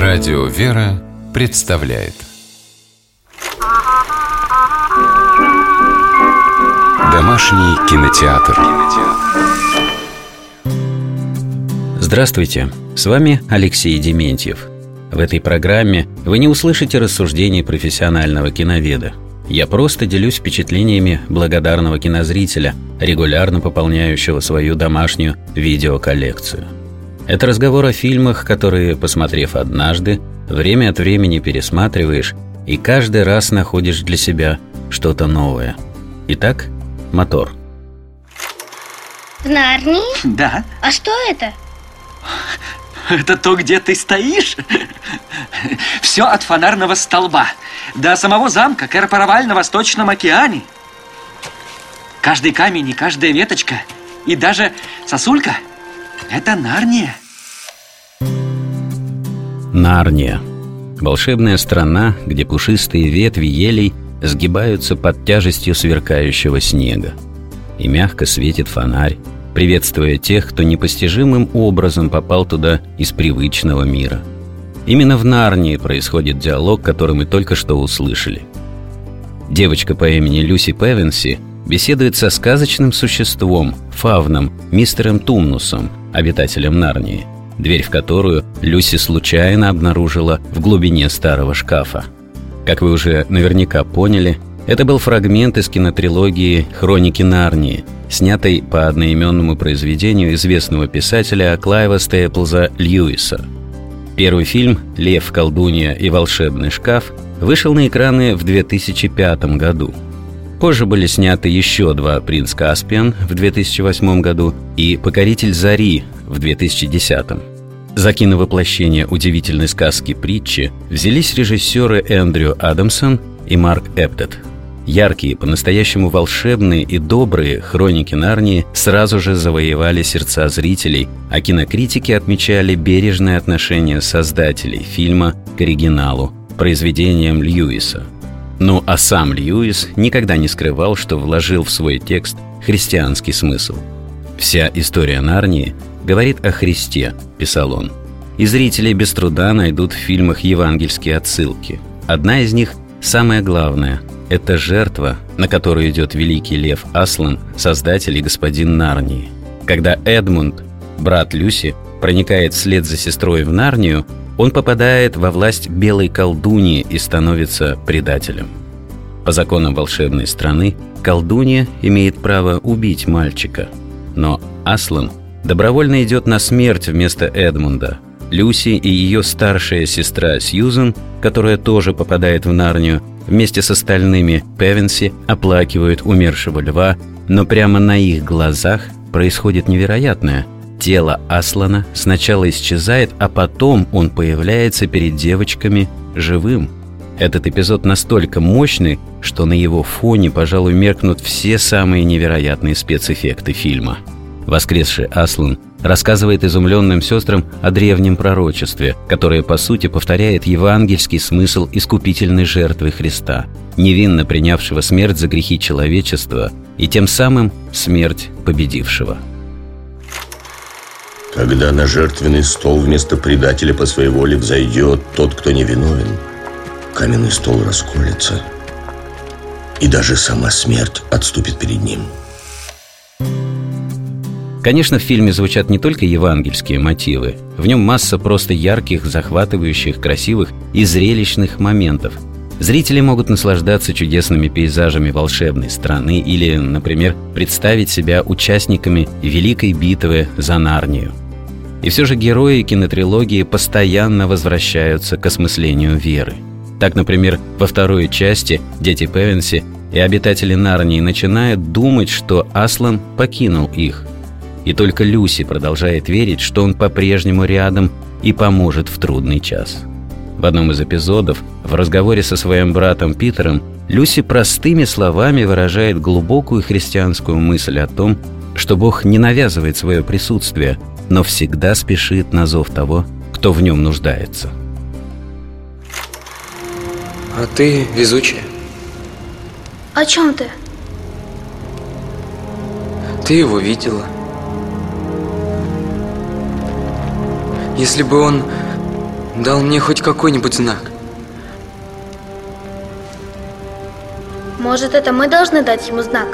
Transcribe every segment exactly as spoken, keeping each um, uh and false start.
Радио «Вера» представляет Домашний кинотеатр. Здравствуйте, с вами Алексей Дементьев. В этой программе вы не услышите рассуждений профессионального киноведа. Я просто делюсь впечатлениями благодарного кинозрителя, регулярно пополняющего свою домашнюю видеоколлекцию. Это разговор о фильмах, которые, посмотрев однажды, время от времени пересматриваешь и каждый раз находишь для себя что-то новое. Итак, мотор. В Нарнии? Да. А что это? Это то, где ты стоишь. Все от фонарного столба до самого замка Кэр-Параваль на Восточном океане. Каждый камень и каждая веточка, и даже сосулька — это Нарния. Нарния. Волшебная страна, где пушистые ветви елей сгибаются под тяжестью сверкающего снега. И мягко светит фонарь, приветствуя тех, кто непостижимым образом попал туда из привычного мира. Именно в Нарнии происходит диалог, который мы только что услышали. Девочка по имени Люси Певенси беседует со сказочным существом, фавном, мистером Тумнусом, обитателем Нарнии, дверь в которую Люси случайно обнаружила в глубине старого шкафа. Как вы уже наверняка поняли, это был фрагмент из кинотрилогии «Хроники Нарнии», снятой по одноименному произведению известного писателя Клайва Стейплза Льюиса. Первый фильм «Лев, колдунья и волшебный шкаф» вышел на экраны в две тысячи пятом году. Позже были сняты еще два «Принц Каспиан» в две тысячи восьмом году и «Покоритель зари» в две тысячи десятом. За киновоплощение удивительной сказки-притчи взялись режиссеры Эндрю Адамсон и Марк Эптед. Яркие, по-настоящему волшебные и добрые хроники Нарнии сразу же завоевали сердца зрителей, а кинокритики отмечали бережное отношение создателей фильма к оригиналу, произведениям Льюиса. Ну а сам Льюис никогда не скрывал, что вложил в свой текст христианский смысл. «Вся история Нарнии говорит о Христе», – писал он. И зрители без труда найдут в фильмах евангельские отсылки. Одна из них, самая главная, это жертва, на которую идет великий лев Аслан, создатель и господин Нарнии. Когда Эдмунд, брат Люси, проникает вслед за сестрой в Нарнию, он попадает во власть белой колдуньи и становится предателем. По законам волшебной страны колдунья имеет право убить мальчика. Но Аслан добровольно идет на смерть вместо Эдмунда. Люси и ее старшая сестра Сьюзен, которая тоже попадает в Нарнию, вместе с остальными Певенси оплакивают умершего льва, но прямо на их глазах происходит невероятное. Тело Аслана сначала исчезает, а потом он появляется перед девочками живым. Этот эпизод настолько мощный, что на его фоне, пожалуй, меркнут все самые невероятные спецэффекты фильма. Воскресший Аслан рассказывает изумленным сестрам о древнем пророчестве, которое, по сути, повторяет евангельский смысл искупительной жертвы Христа, невинно принявшего смерть за грехи человечества и тем самым смерть победившего. Когда на жертвенный стол вместо предателя по своей воле взойдет тот, кто невиновен, каменный стол расколется, и даже сама смерть отступит перед ним. Конечно, в фильме звучат не только евангельские мотивы. В нем масса просто ярких, захватывающих, красивых и зрелищных моментов. Зрители могут наслаждаться чудесными пейзажами волшебной страны или, например, представить себя участниками великой битвы за Нарнию. И все же герои кинотрилогии постоянно возвращаются к осмыслению веры. Так, например, во второй части дети Певенси и обитатели Нарнии начинают думать, что Аслан покинул их. И только Люси продолжает верить, что он по-прежнему рядом и поможет в трудный час. В одном из эпизодов, в разговоре со своим братом Питером, Люси простыми словами выражает глубокую христианскую мысль о том, что Бог не навязывает свое присутствие, но всегда спешит на зов того, кто в нем нуждается. А ты везучая. О чем ты? Ты его видела. Если бы он дал мне хоть какой-нибудь знак. Может, это мы должны дать ему знак?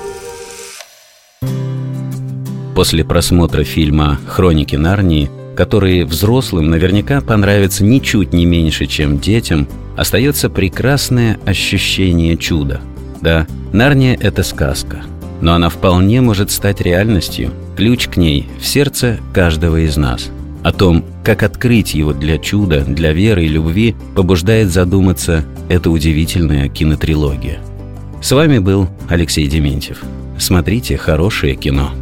После просмотра фильма «Хроники Нарнии», который взрослым наверняка понравится ничуть не меньше, чем детям, остается прекрасное ощущение чуда. Да, Нарния — это сказка, но она вполне может стать реальностью. Ключ к ней в сердце каждого из нас. О том, как открыть его для чуда, для веры и любви, побуждает задуматься эта удивительная кинотрилогия. С вами был Алексей Дементьев. Смотрите хорошее кино.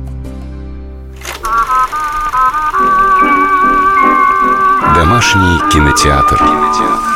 Домашний кинотеатр.